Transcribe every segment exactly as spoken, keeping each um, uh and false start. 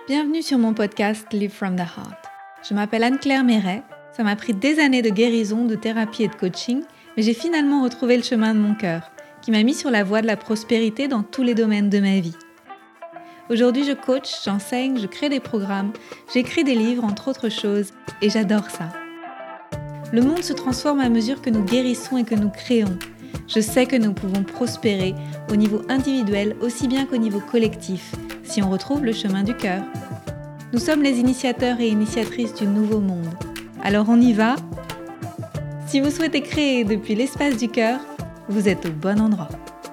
Bienvenue sur mon podcast Live from the Heart. Je m'appelle Anne-Claire Méret. Ça m'a pris des années de guérison, de thérapie et de coaching, mais j'ai finalement retrouvé le chemin de mon cœur, qui m'a mis sur la voie de la prospérité dans tous les domaines de ma vie. Aujourd'hui, je coach, j'enseigne, je crée des programmes, j'écris des livres, entre autres choses, et j'adore ça. Le monde se transforme à mesure que nous guérissons et que nous créons. Je sais que nous pouvons prospérer au niveau individuel aussi bien qu'au niveau collectif, si on retrouve le chemin du cœur. Nous sommes les initiateurs et initiatrices du nouveau monde. Alors on y va ? Si vous souhaitez créer depuis l'espace du cœur, vous êtes au bon endroit.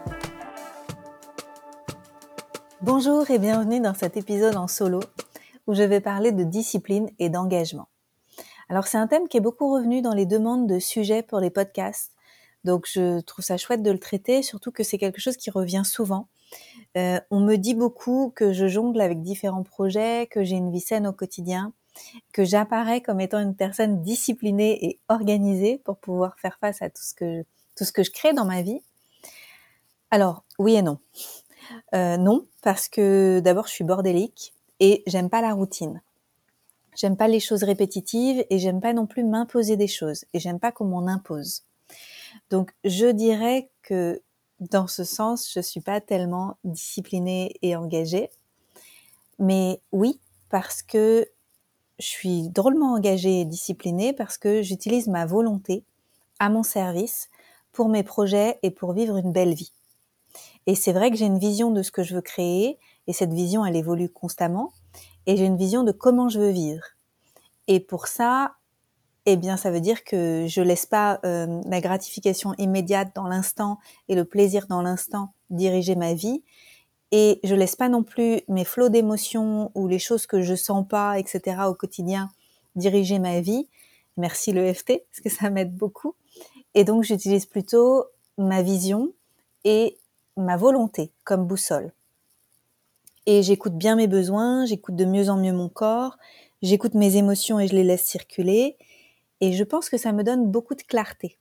Bonjour et bienvenue dans cet épisode en solo où je vais parler de discipline et d'engagement. Alors c'est un thème qui est beaucoup revenu dans les demandes de sujets pour les podcasts. Donc je trouve ça chouette de le traiter, surtout que c'est quelque chose qui revient souvent. Euh, on me dit beaucoup que je jongle avec différents projets, que j'ai une vie saine au quotidien, que j'apparais comme étant une personne disciplinée et organisée pour pouvoir faire face à tout ce que, tout ce que je crée dans ma vie. Alors, oui et non. Euh, non, parce que d'abord je suis bordélique et j'aime pas la routine. J'aime pas les choses répétitives et j'aime pas non plus m'imposer des choses et j'aime pas qu'on m'en impose. Donc, je dirais que dans ce sens, je suis pas tellement disciplinée et engagée. Mais oui, parce que je suis drôlement engagée et disciplinée parce que j'utilise ma volonté à mon service pour mes projets et pour vivre une belle vie. Et c'est vrai que j'ai une vision de ce que je veux créer et cette vision, elle évolue constamment et j'ai une vision de comment je veux vivre. Et pour ça, eh bien, ça veut dire que je laisse pas euh, la gratification immédiate dans l'instant et le plaisir dans l'instant diriger ma vie. Et je laisse pas non plus mes flots d'émotions ou les choses que je sens pas, et cetera au quotidien diriger ma vie. Merci l'E F T, parce que ça m'aide beaucoup. Et donc, j'utilise plutôt ma vision et ma volonté comme boussole. Et j'écoute bien mes besoins, j'écoute de mieux en mieux mon corps, j'écoute mes émotions et je les laisse circuler. Et je pense que ça me donne beaucoup de clarté.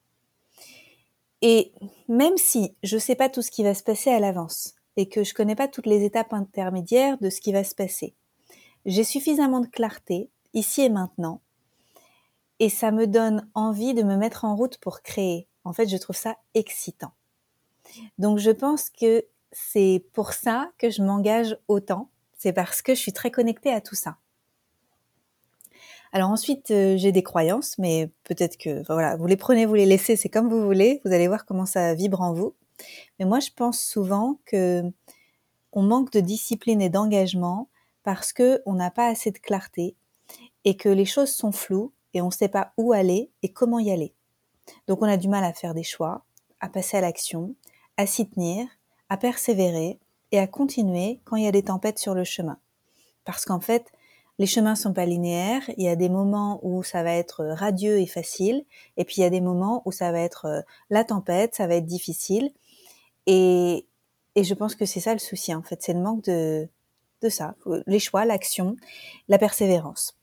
Et même si je sais pas tout ce qui va se passer à l'avance et que je connais pas toutes les étapes intermédiaires de ce qui va se passer, j'ai suffisamment de clarté ici et maintenant et ça me donne envie de me mettre en route pour créer. En fait, je trouve ça excitant. Donc je pense que c'est pour ça que je m'engage autant. C'est parce que je suis très connectée à tout ça. Alors ensuite, euh, j'ai des croyances, mais peut-être que, enfin, voilà, vous les prenez, vous les laissez, c'est comme vous voulez. Vous allez voir comment ça vibre en vous. Mais moi, je pense souvent que on manque de discipline et d'engagement parce que on n'a pas assez de clarté et que les choses sont floues et on ne sait pas où aller et comment y aller. Donc, on a du mal à faire des choix, à passer à l'action, à s'y tenir, à persévérer et à continuer quand il y a des tempêtes sur le chemin. Parce qu'en fait, les chemins sont pas linéaires. Il y a des moments où ça va être radieux et facile, et puis il y a des moments où ça va être la tempête, ça va être difficile. Et, et je pense que c'est ça le souci, en fait. C'est le manque de, de ça. Les choix, l'action, la persévérance.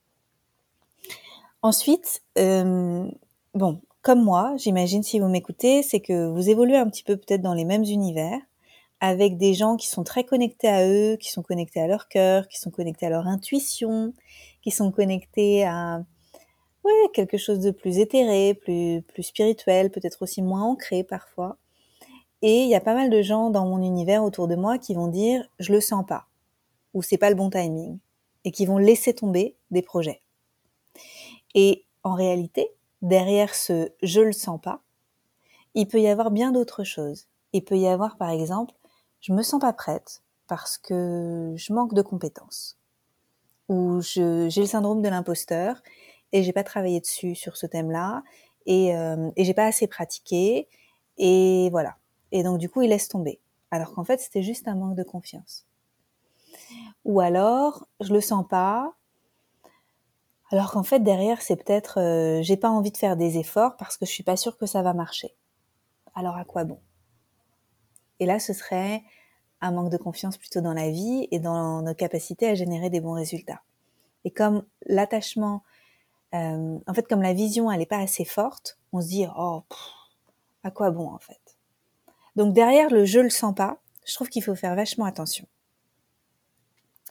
Ensuite, euh, bon, comme moi, j'imagine si vous m'écoutez, c'est que vous évoluez un petit peu peut-être dans les mêmes univers, avec des gens qui sont très connectés à eux, qui sont connectés à leur cœur, qui sont connectés à leur intuition, qui sont connectés à ouais, quelque chose de plus éthéré, plus, plus spirituel, peut-être aussi moins ancré parfois. Et il y a pas mal de gens dans mon univers autour de moi qui vont dire « je le sens pas » ou « c'est pas le bon timing » et qui vont laisser tomber des projets. Et en réalité, derrière ce « je le sens pas », il peut y avoir bien d'autres choses. Il peut y avoir par exemple je me sens pas prête parce que je manque de compétences ou je, j'ai le syndrome de l'imposteur et j'ai pas travaillé dessus sur ce thème-là et, euh, et j'ai pas assez pratiqué et voilà. Et donc du coup, il laisse tomber. Alors qu'en fait, c'était juste un manque de confiance. Ou alors, je le sens pas. Alors qu'en fait, derrière, c'est peut-être euh, j'ai pas envie de faire des efforts parce que je suis pas sûre que ça va marcher. Alors à quoi bon ? Et là, ce serait un manque de confiance plutôt dans la vie et dans nos capacités à générer des bons résultats. Et comme l'attachement, euh, en fait, comme la vision, elle n'est pas assez forte, on se dit « Oh, pff, à quoi bon en fait ?» Donc derrière le « je le sens pas », je trouve qu'il faut faire vachement attention.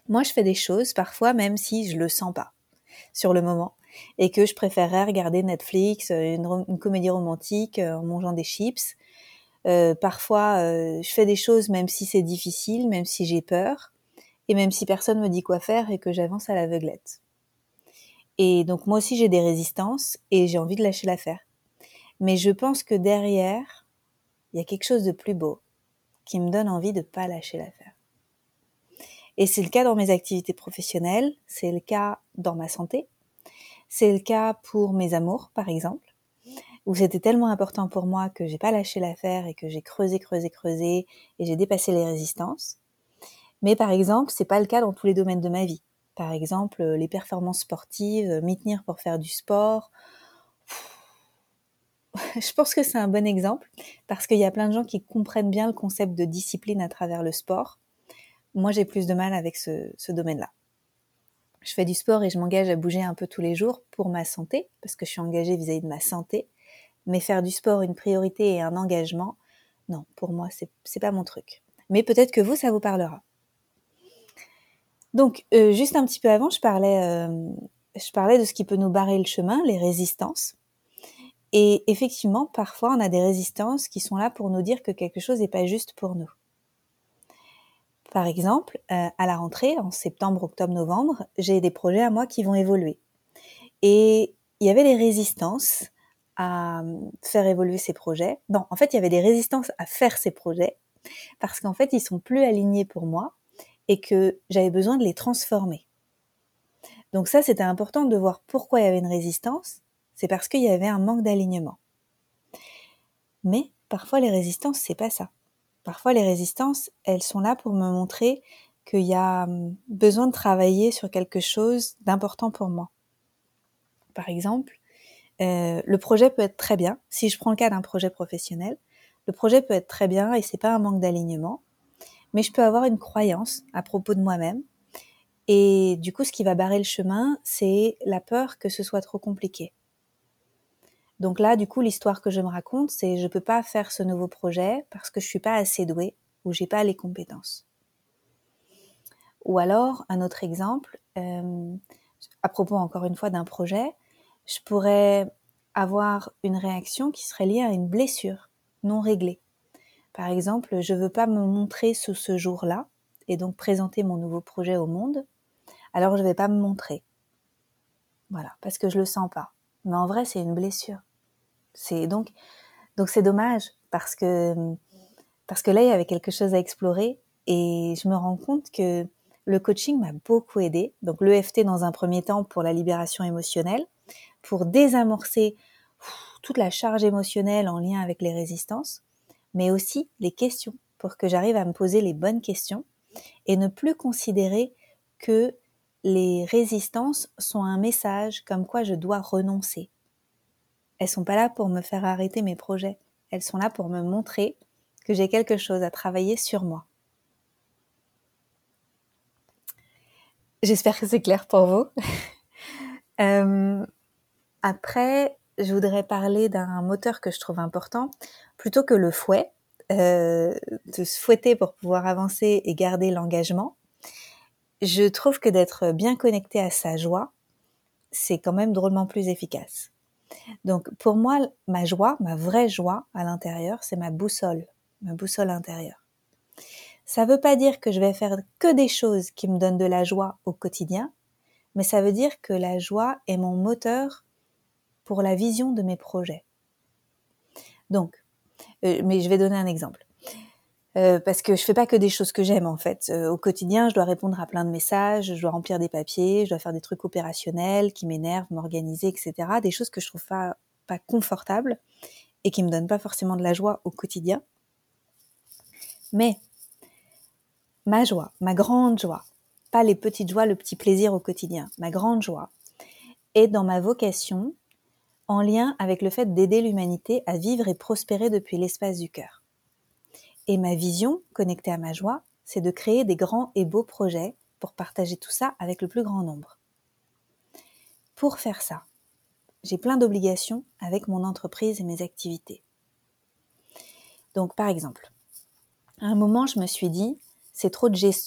Moi, je fais des choses parfois même si je le sens pas sur le moment et que je préférerais regarder Netflix, une, rom- une comédie romantique euh, en mangeant des chips. Euh, parfois, euh, je fais des choses même si c'est difficile, même si j'ai peur et même si personne me dit quoi faire et que j'avance à l'aveuglette. Et donc moi aussi j'ai des résistances et j'ai envie de lâcher l'affaire. Mais je pense que derrière, il y a quelque chose de plus beau qui me donne envie de pas lâcher l'affaire. Et c'est le cas dans mes activités professionnelles, c'est le cas dans ma santé, c'est le cas pour mes amours par exemple, où c'était tellement important pour moi que j'ai pas lâché l'affaire et que j'ai creusé, creusé, creusé et j'ai dépassé les résistances. Mais par exemple, c'est pas le cas dans tous les domaines de ma vie. Par exemple, les performances sportives, m'y tenir pour faire du sport. Je pense que c'est un bon exemple parce qu'il y a plein de gens qui comprennent bien le concept de discipline à travers le sport. Moi, j'ai plus de mal avec ce, ce domaine-là. Je fais du sport et je m'engage à bouger un peu tous les jours pour ma santé, parce que je suis engagée vis-à-vis de ma santé. Mais faire du sport une priorité et un engagement, non, pour moi, c'est, c'est pas mon truc. Mais peut-être que vous, ça vous parlera. Donc, euh, juste un petit peu avant, je parlais, euh, je parlais de ce qui peut nous barrer le chemin, les résistances. Et effectivement, parfois, on a des résistances qui sont là pour nous dire que quelque chose n'est pas juste pour nous. Par exemple, euh, à la rentrée, en septembre, octobre, novembre, j'ai des projets à moi qui vont évoluer. Et il y avait des résistances à faire évoluer ces projets. Non, en fait, il y avait des résistances à faire ces projets parce qu'en fait, ils sont plus alignés pour moi et que j'avais besoin de les transformer. Donc ça, c'était important de voir pourquoi il y avait une résistance. C'est parce qu'il y avait un manque d'alignement. Mais parfois, les résistances, c'est pas ça. Parfois, les résistances, elles sont là pour me montrer qu'il y a besoin de travailler sur quelque chose d'important pour moi. Par exemple, euh, le projet peut être très bien. Si je prends le cas d'un projet professionnel, le projet peut être très bien et c'est pas un manque d'alignement, mais je peux avoir une croyance à propos de moi-même. Et du coup, ce qui va barrer le chemin, c'est la peur que ce soit trop compliqué. Donc là, du coup, l'histoire que je me raconte, c'est je peux pas faire ce nouveau projet parce que je suis pas assez douée ou j'ai pas les compétences. Ou alors, un autre exemple, euh, à propos encore une fois d'un projet, je pourrais avoir une réaction qui serait liée à une blessure non réglée. Par exemple, je veux pas me montrer sous ce jour-là et donc présenter mon nouveau projet au monde, alors je vais pas me montrer. Voilà, parce que je le sens pas. Mais en vrai, c'est une blessure. C'est donc donc c'est dommage parce que parce que là il y avait quelque chose à explorer et je me rends compte que le coaching m'a beaucoup aidée. Donc l'E F T dans un premier temps pour la libération émotionnelle, pour désamorcer toute la charge émotionnelle en lien avec les résistances, mais aussi les questions pour que j'arrive à me poser les bonnes questions et ne plus considérer que les résistances sont un message comme quoi je dois renoncer. Elles sont pas là pour me faire arrêter mes projets. Elles sont là pour me montrer que j'ai quelque chose à travailler sur moi. J'espère que c'est clair pour vous. euh, après, je voudrais parler d'un moteur que je trouve important. Plutôt que le fouet, euh, de se fouetter pour pouvoir avancer et garder l'engagement, je trouve que d'être bien connecté à sa joie, c'est quand même drôlement plus efficace. Donc pour moi, ma joie, ma vraie joie à l'intérieur, c'est ma boussole, ma boussole intérieure. Ça veut pas dire que je vais faire que des choses qui me donnent de la joie au quotidien, mais ça veut dire que la joie est mon moteur pour la vision de mes projets. Donc, euh, mais je vais donner un exemple. Euh, parce que je fais pas que des choses que j'aime en fait. Euh, au quotidien, je dois répondre à plein de messages, je dois remplir des papiers, je dois faire des trucs opérationnels qui m'énervent, m'organiser, et cetera. Des choses que je trouve pas, pas confortables et qui me donnent pas forcément de la joie au quotidien. Mais ma joie, ma grande joie, pas les petites joies, le petit plaisir au quotidien, ma grande joie est dans ma vocation en lien avec le fait d'aider l'humanité à vivre et prospérer depuis l'espace du cœur. Et ma vision, connectée à ma joie, c'est de créer des grands et beaux projets pour partager tout ça avec le plus grand nombre. Pour faire ça, j'ai plein d'obligations avec mon entreprise et mes activités. Donc par exemple, à un moment, je me suis dit, c'est trop de gestion,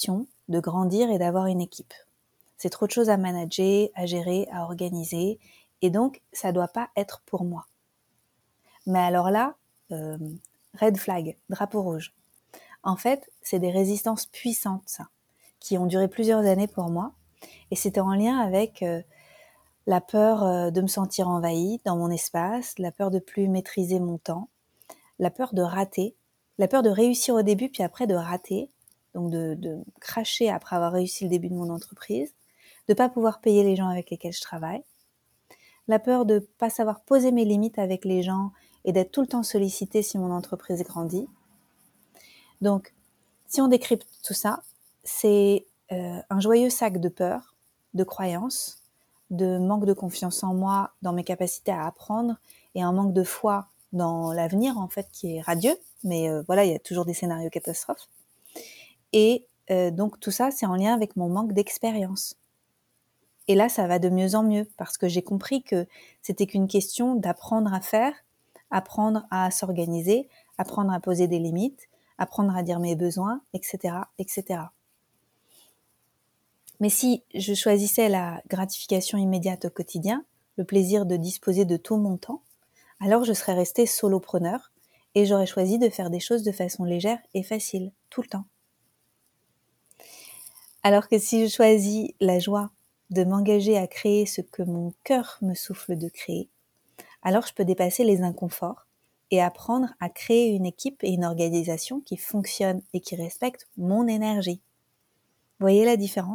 de grandir et d'avoir une équipe. C'est trop de choses à manager, à gérer, à organiser, et donc ça doit pas être pour moi. Mais alors là, euh, red flag, drapeau rouge. En fait, c'est des résistances puissantes, ça, qui ont duré plusieurs années pour moi, et c'était en lien avec euh, la peur euh, de me sentir envahie dans mon espace, la peur de plus maîtriser mon temps, la peur de rater, la peur de réussir au début puis après de rater, donc de, de cracher après avoir réussi le début de mon entreprise, de pas pouvoir payer les gens avec lesquels je travaille, la peur de pas savoir poser mes limites avec les gens et d'être tout le temps sollicitée si mon entreprise grandit. Donc, si on décrypte tout ça, c'est euh, un joyeux sac de peur, de croyances, de manque de confiance en moi, dans mes capacités à apprendre, et un manque de foi dans l'avenir, en fait, qui est radieux. Mais euh, voilà, il y a toujours des scénarios catastrophes. Et euh, donc, tout ça, c'est en lien avec mon manque d'expérience. Et là, ça va de mieux en mieux, parce que j'ai compris que c'était qu'une question d'apprendre à faire, apprendre à s'organiser, apprendre à poser des limites, apprendre à dire mes besoins, et cetera, et cetera. Mais si je choisissais la gratification immédiate au quotidien, le plaisir de disposer de tout mon temps, alors je serais restée solopreneur et j'aurais choisi de faire des choses de façon légère et facile, tout le temps. Alors que si je choisis la joie de m'engager à créer ce que mon cœur me souffle de créer, alors je peux dépasser les inconforts et apprendre à créer une équipe et une organisation qui fonctionne et qui respecte mon énergie. Vous voyez la différence ?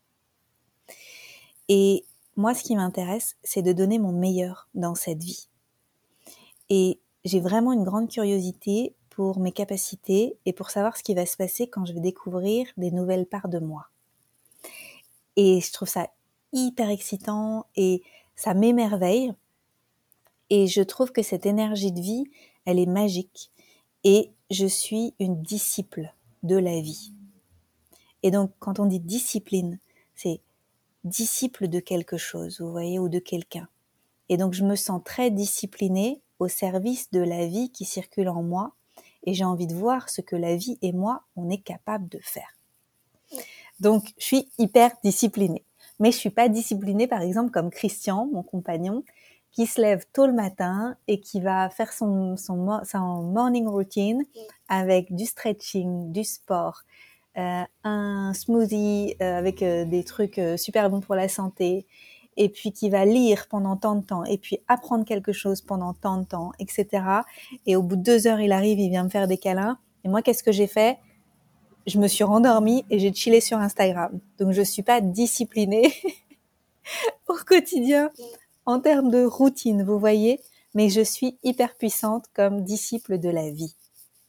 Et moi, ce qui m'intéresse, c'est de donner mon meilleur dans cette vie. Et j'ai vraiment une grande curiosité pour mes capacités et pour savoir ce qui va se passer quand je vais découvrir des nouvelles parts de moi. Et je trouve ça hyper excitant et ça m'émerveille. Et je trouve que cette énergie de vie, elle est magique. Et je suis une disciple de la vie. Et donc, quand on dit discipline, c'est disciple de quelque chose, vous voyez, ou de quelqu'un. Et donc, je me sens très disciplinée au service de la vie qui circule en moi. Et j'ai envie de voir ce que la vie et moi, on est capable de faire. Donc, je suis hyper disciplinée. Mais je suis pas disciplinée, par exemple, comme Christian, mon compagnon, qui se lève tôt le matin et qui va faire son, son, son morning routine avec du stretching, du sport, euh, un smoothie euh, avec euh, des trucs euh, super bons pour la santé, et puis qui va lire pendant tant de temps, et puis apprendre quelque chose pendant tant de temps, et cetera. Et au bout de deux heures, il arrive, il vient me faire des câlins. Et moi, qu'est-ce que j'ai fait ? Je me suis rendormie et j'ai chillé sur Instagram. Donc, je suis pas disciplinée au quotidien en termes de routine, vous voyez, mais je suis hyper puissante comme disciple de la vie.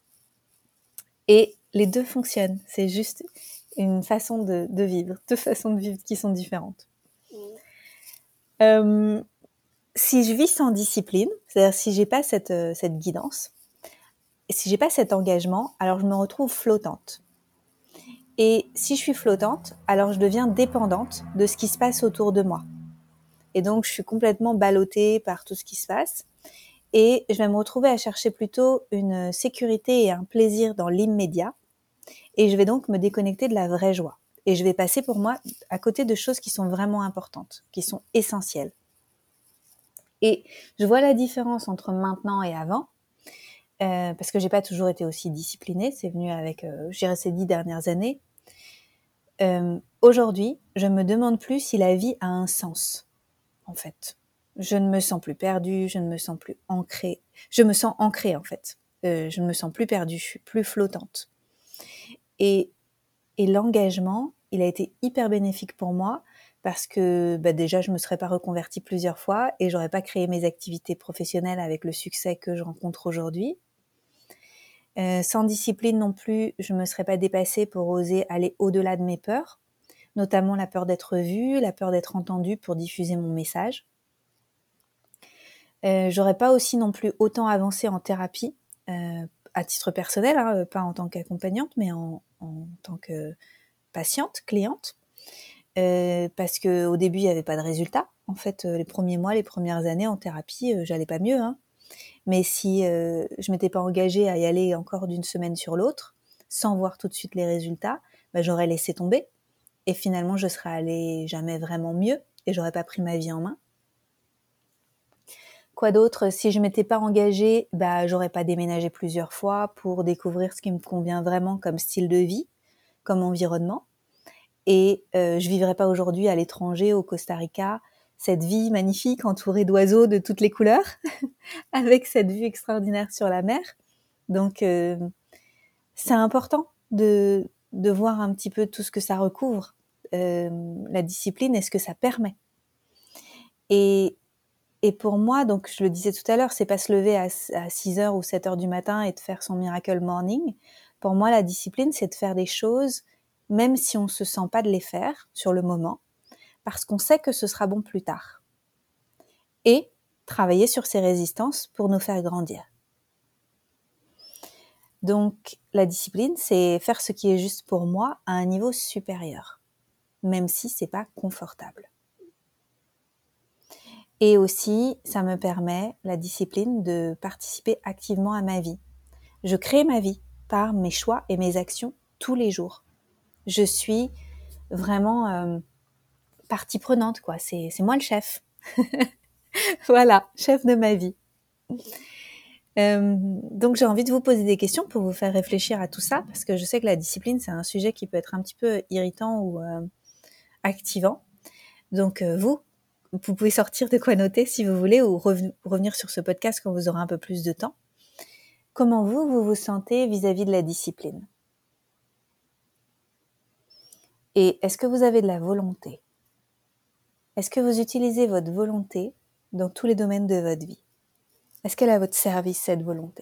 Et les deux fonctionnent, c'est juste une façon de, de vivre, deux façons de vivre qui sont différentes. Mmh. Euh, si je vis sans discipline, c'est-à-dire si j'ai pas cette, cette guidance, si j'ai pas cet engagement, alors je me retrouve flottante. Et si je suis flottante, alors je deviens dépendante de ce qui se passe autour de moi. Et donc, je suis complètement ballottée par tout ce qui se passe. Et je vais me retrouver à chercher plutôt une sécurité et un plaisir dans l'immédiat. Et je vais donc me déconnecter de la vraie joie. Et je vais passer pour moi à côté de choses qui sont vraiment importantes, qui sont essentielles. Et je vois la différence entre maintenant et avant, euh, parce que j'ai pas toujours été aussi disciplinée. C'est venu avec, euh, je dirais, ces dix dernières années. Euh, aujourd'hui, je me demande plus si la vie a un sens, en fait. Je ne me sens plus perdue, je ne me sens plus ancrée. Je me sens ancrée, en fait. Euh, je ne me sens plus perdue, je suis plus flottante. Et, et l'engagement, il a été hyper bénéfique pour moi parce que bah déjà, je me serais pas reconvertie plusieurs fois et j'aurais pas créé mes activités professionnelles avec le succès que je rencontre aujourd'hui. Euh, sans discipline non plus, je me serais pas dépassée pour oser aller au-delà de mes peurs, notamment la peur d'être vue, la peur d'être entendue pour diffuser mon message. Euh, j'aurais pas aussi non plus autant avancé en thérapie, euh, à titre personnel, hein, pas en tant qu'accompagnante, mais en, en tant que patiente, cliente, euh, parce que au début il y avait pas de résultat. En fait, euh, les premiers mois, les premières années en thérapie, euh, j'allais pas mieux, hein. Mais si euh, je m'étais pas engagée à y aller encore d'une semaine sur l'autre, sans voir tout de suite les résultats, bah, j'aurais laissé tomber et finalement je serais allée jamais vraiment mieux et j'aurais pas pris ma vie en main. Quoi d'autre? Si je m'étais pas engagée, bah, j'aurais pas déménagé plusieurs fois pour découvrir ce qui me convient vraiment comme style de vie, comme environnement. Et euh, je vivrais pas aujourd'hui à l'étranger, au Costa Rica, cette vie magnifique entourée d'oiseaux de toutes les couleurs, avec cette vue extraordinaire sur la mer. Donc, euh, c'est important de, de voir un petit peu tout ce que ça recouvre, euh, la discipline et ce que ça permet. Et, et pour moi, donc je le disais tout à l'heure, c'est pas se lever à, à six heures ou sept heures du matin et de faire son miracle morning. Pour moi, la discipline, c'est de faire des choses, même si on se sent pas de les faire sur le moment, parce qu'on sait que ce sera bon plus tard. Et travailler sur ces résistances pour nous faire grandir. Donc, la discipline, c'est faire ce qui est juste pour moi à un niveau supérieur, même si c'est pas confortable. Et aussi, ça me permet, la discipline, de participer activement à ma vie. Je crée ma vie par mes choix et mes actions tous les jours. Je suis vraiment euh, partie prenante, quoi. C'est, c'est moi le chef. Voilà, chef de ma vie. Euh, donc j'ai envie de vous poser des questions pour vous faire réfléchir à tout ça, parce que je sais que la discipline, c'est un sujet qui peut être un petit peu irritant ou euh, activant. Donc euh, vous, vous pouvez sortir de quoi noter si vous voulez, ou reven- revenir sur ce podcast quand vous aurez un peu plus de temps. Comment vous, vous vous sentez vis-à-vis de la discipline? Et est-ce que vous avez de la volonté? Est-ce que vous utilisez votre volonté dans tous les domaines de votre vie? Est-ce qu'elle est à votre service, cette volonté?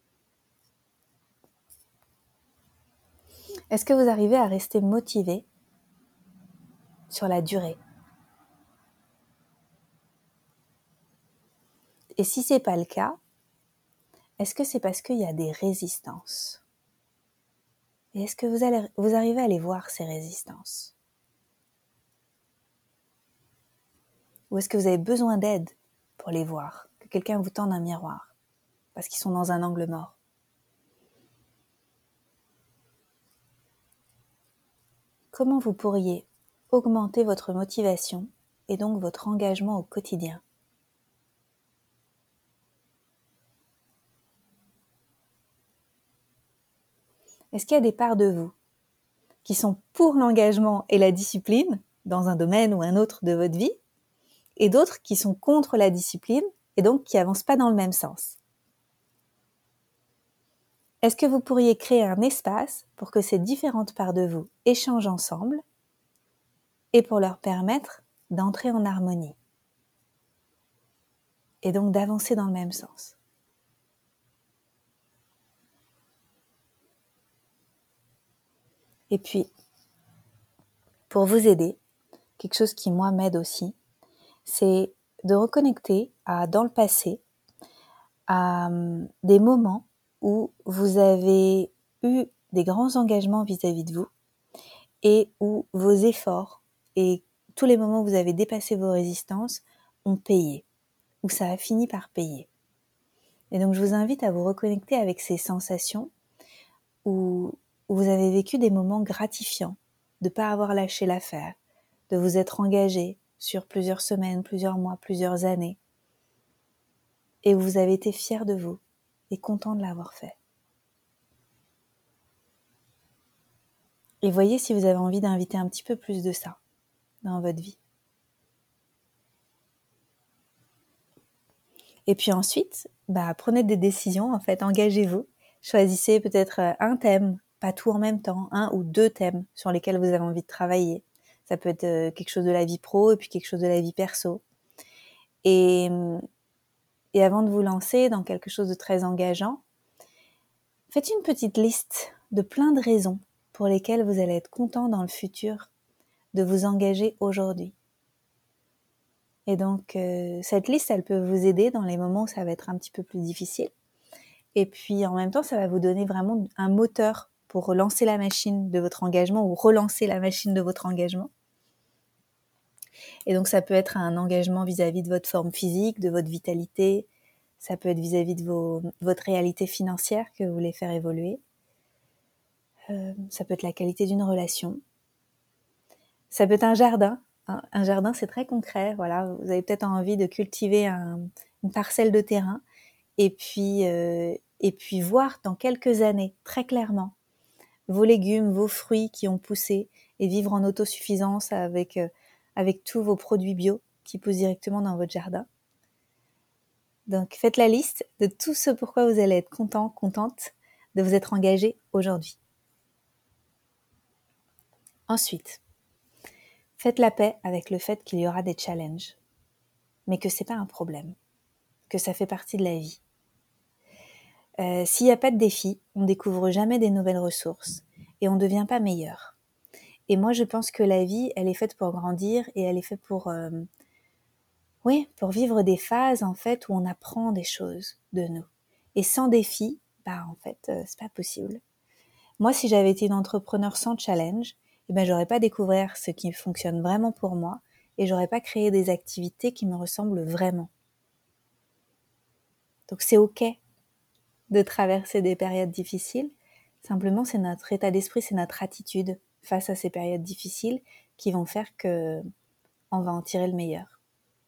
Est-ce que vous arrivez à rester motivé sur la durée? Et si c'est pas le cas, est-ce que c'est parce qu'il y a des résistances? Et est-ce que vous, allez, vous arrivez à les voir, ces résistances? Ou est-ce que vous avez besoin d'aide pour les voir? Que quelqu'un vous tende un miroir parce qu'ils sont dans un angle mort? Comment vous pourriez augmenter votre motivation et donc votre engagement au quotidien? Est-ce qu'il y a des parts de vous qui sont pour l'engagement et la discipline dans un domaine ou un autre de votre vie, et d'autres qui sont contre la discipline et donc qui avancent pas dans le même sens? Est-ce que vous pourriez créer un espace pour que ces différentes parts de vous échangent ensemble et pour leur permettre d'entrer en harmonie et donc d'avancer dans le même sens? Et puis, pour vous aider, quelque chose qui moi m'aide aussi, c'est de reconnecter à, dans le passé, à um, des moments où vous avez eu des grands engagements vis-à-vis de vous et où vos efforts et tous les moments où vous avez dépassé vos résistances ont payé, où ça a fini par payer. Et donc je vous invite à vous reconnecter avec ces sensations où, où vous avez vécu des moments gratifiants, de ne pas avoir lâché l'affaire, de vous être engagé sur plusieurs semaines, plusieurs mois, plusieurs années, et où vous avez été fier de vous et content de l'avoir fait. Et voyez si vous avez envie d'inviter un petit peu plus de ça dans votre vie. Et puis ensuite, bah, prenez des décisions, en fait, engagez-vous. Choisissez peut-être un thème, pas tout en même temps, un ou deux thèmes sur lesquels vous avez envie de travailler. Ça peut être quelque chose de la vie pro et puis quelque chose de la vie perso. Et, et avant de vous lancer dans quelque chose de très engageant, faites une petite liste de plein de raisons pour lesquelles vous allez être content dans le futur de vous engager aujourd'hui. Et donc, euh, cette liste, elle peut vous aider dans les moments où ça va être un petit peu plus difficile. Et puis, en même temps, ça va vous donner vraiment un moteur pour relancer la machine de votre engagement ou relancer la machine de votre engagement. Et donc, ça peut être un engagement vis-à-vis de votre forme physique, de votre vitalité. Ça peut être vis-à-vis de vos, votre réalité financière que vous voulez faire évoluer. Euh, ça peut être la qualité d'une relation. Ça peut être un jardin. Un, un jardin, c'est très concret. Voilà, vous avez peut-être envie de cultiver un, une parcelle de terrain et puis, euh, et puis voir dans quelques années, très clairement, vos légumes, vos fruits qui ont poussé et vivre en autosuffisance avec, euh, avec tous vos produits bio qui poussent directement dans votre jardin. Donc, faites la liste de tout ce pourquoi vous allez être content, contente de vous être engagé aujourd'hui. Ensuite, faites la paix avec le fait qu'il y aura des challenges, mais que c'est pas un problème, que ça fait partie de la vie. Euh, s'il n'y a pas de défi, on découvre jamais des nouvelles ressources et on ne devient pas meilleur. Et moi, je pense que la vie, elle est faite pour grandir et elle est faite pour, euh, oui, pour vivre des phases en fait où on apprend des choses de nous. Et sans défi, bah en fait, euh, c'est pas possible. Moi, si j'avais été une entrepreneur sans challenge, eh ben, j'aurais pas découvert ce qui fonctionne vraiment pour moi et j'aurais pas créé des activités qui me ressemblent vraiment. Donc, c'est ok de traverser des périodes difficiles. Simplement, c'est notre état d'esprit, c'est notre attitude face à ces périodes difficiles qui vont faire que on va en tirer le meilleur.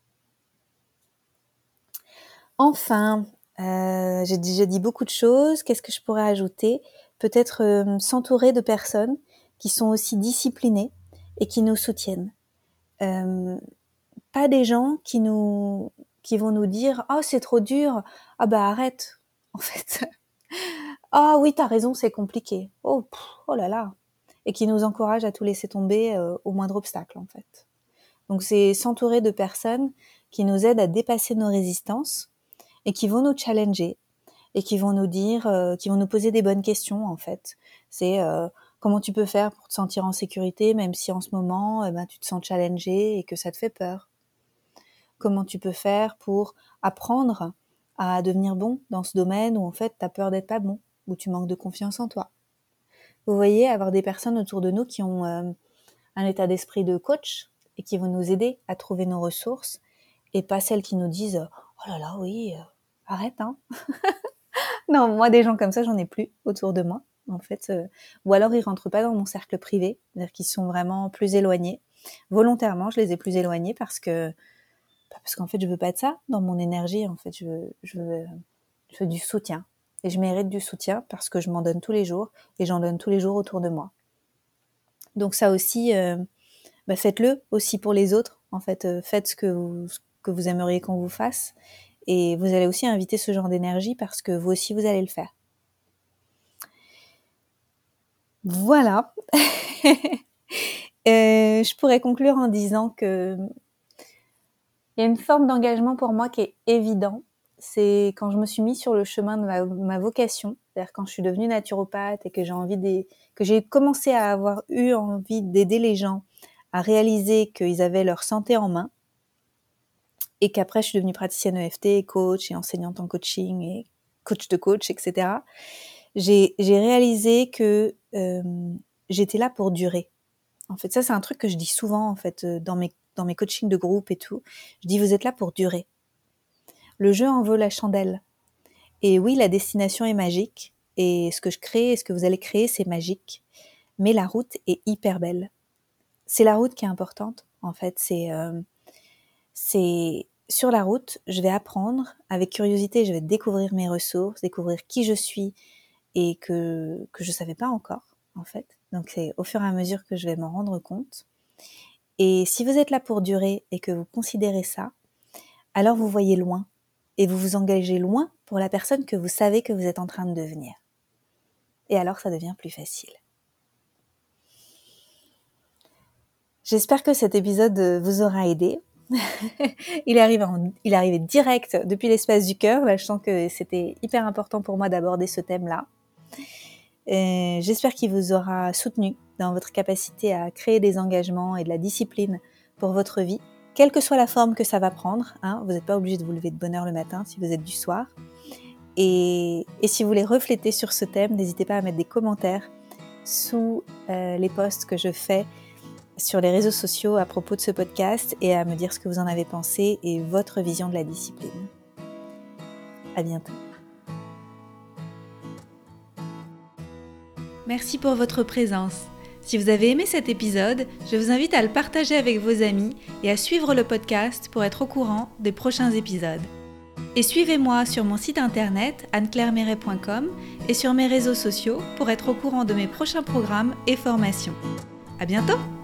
Enfin, euh, j'ai déjà dit beaucoup de choses. Qu'est-ce que je pourrais ajouter ? Peut-être euh, s'entourer de personnes qui sont aussi disciplinées et qui nous soutiennent. Euh, pas des gens qui nous, qui vont nous dire « Oh, c'est trop dur. Ah bah arrête. » En fait, « Ah oui, t'as raison, c'est compliqué. Oh, pff, oh là là. » Et qui nous encouragent à tout laisser tomber euh, au moindre obstacle, en fait. Donc, c'est s'entourer de personnes qui nous aident à dépasser nos résistances et qui vont nous challenger et qui vont nous dire, euh, qui vont nous poser des bonnes questions en fait. C'est euh, comment tu peux faire pour te sentir en sécurité même si en ce moment eh ben, tu te sens challengé et que ça te fait peur. Comment tu peux faire pour apprendre à devenir bon dans ce domaine où en fait tu as peur d'être pas bon, où tu manques de confiance en toi. Vous voyez, avoir des personnes autour de nous qui ont euh, un état d'esprit de coach et qui vont nous aider à trouver nos ressources et pas celles qui nous disent « Oh là là, oui, euh, arrête, hein !» Non, moi, des gens comme ça, j'en ai plus autour de moi, en fait. Euh, ou alors, ils rentrent pas dans mon cercle privé, c'est-à-dire qu'ils sont vraiment plus éloignés. Volontairement, je les ai plus éloignés parce que, parce qu'en fait, je veux pas de ça dans mon énergie. En fait, je veux, je veux, je veux du soutien. Et je mérite du soutien parce que je m'en donne tous les jours et j'en donne tous les jours autour de moi. Donc ça aussi, euh, bah faites-le aussi pour les autres. En fait, euh, faites ce que vous, ce que vous aimeriez qu'on vous fasse. Et vous allez aussi inviter ce genre d'énergie parce que vous aussi, vous allez le faire. Voilà. euh, je pourrais conclure en disant que il y a une forme d'engagement pour moi qui est évident. C'est quand je me suis mis sur le chemin de ma, ma vocation, c'est-à-dire quand je suis devenue naturopathe et que j'ai envie de, que j'ai commencé à avoir eu envie d'aider les gens à réaliser qu'ils avaient leur santé en main et qu'après je suis devenue praticienne E F T, coach et enseignante en coaching et coach de coach, et cetera. J'ai, j'ai réalisé que euh, j'étais là pour durer. En fait, ça, c'est un truc que je dis souvent, en fait, dans mes, dans mes coachings de groupe et tout. Je dis, vous êtes là pour durer. Le jeu en vaut la chandelle. Et oui, la destination est magique. Et ce que je crée et ce que vous allez créer, c'est magique. Mais la route est hyper belle. C'est la route qui est importante, en fait. C'est, euh, c'est sur la route, je vais apprendre. Avec curiosité, je vais découvrir mes ressources, découvrir qui je suis et que, que je savais pas encore, en fait. Donc, c'est au fur et à mesure que je vais m'en rendre compte. Et si vous êtes là pour durer et que vous considérez ça, alors vous voyez loin et vous vous engagez loin pour la personne que vous savez que vous êtes en train de devenir. Et alors ça devient plus facile. J'espère que cet épisode vous aura aidé. il, arrive en, il est arrivé direct depuis l'espace du cœur. Là, je sens que c'était hyper important pour moi d'aborder ce thème-là. Et j'espère qu'il vous aura soutenu dans votre capacité à créer des engagements et de la discipline pour votre vie, quelle que soit la forme que ça va prendre. Hein, vous n'êtes pas obligé de vous lever de bonne heure le matin si vous êtes du soir. Et, et si vous voulez refléter sur ce thème, n'hésitez pas à mettre des commentaires sous euh, les posts que je fais sur les réseaux sociaux à propos de ce podcast et à me dire ce que vous en avez pensé et votre vision de la discipline. À bientôt. Merci pour votre présence. Si vous avez aimé cet épisode, je vous invite à le partager avec vos amis et à suivre le podcast pour être au courant des prochains épisodes. Et suivez-moi sur mon site internet anne claire méret point com et sur mes réseaux sociaux pour être au courant de mes prochains programmes et formations. À bientôt!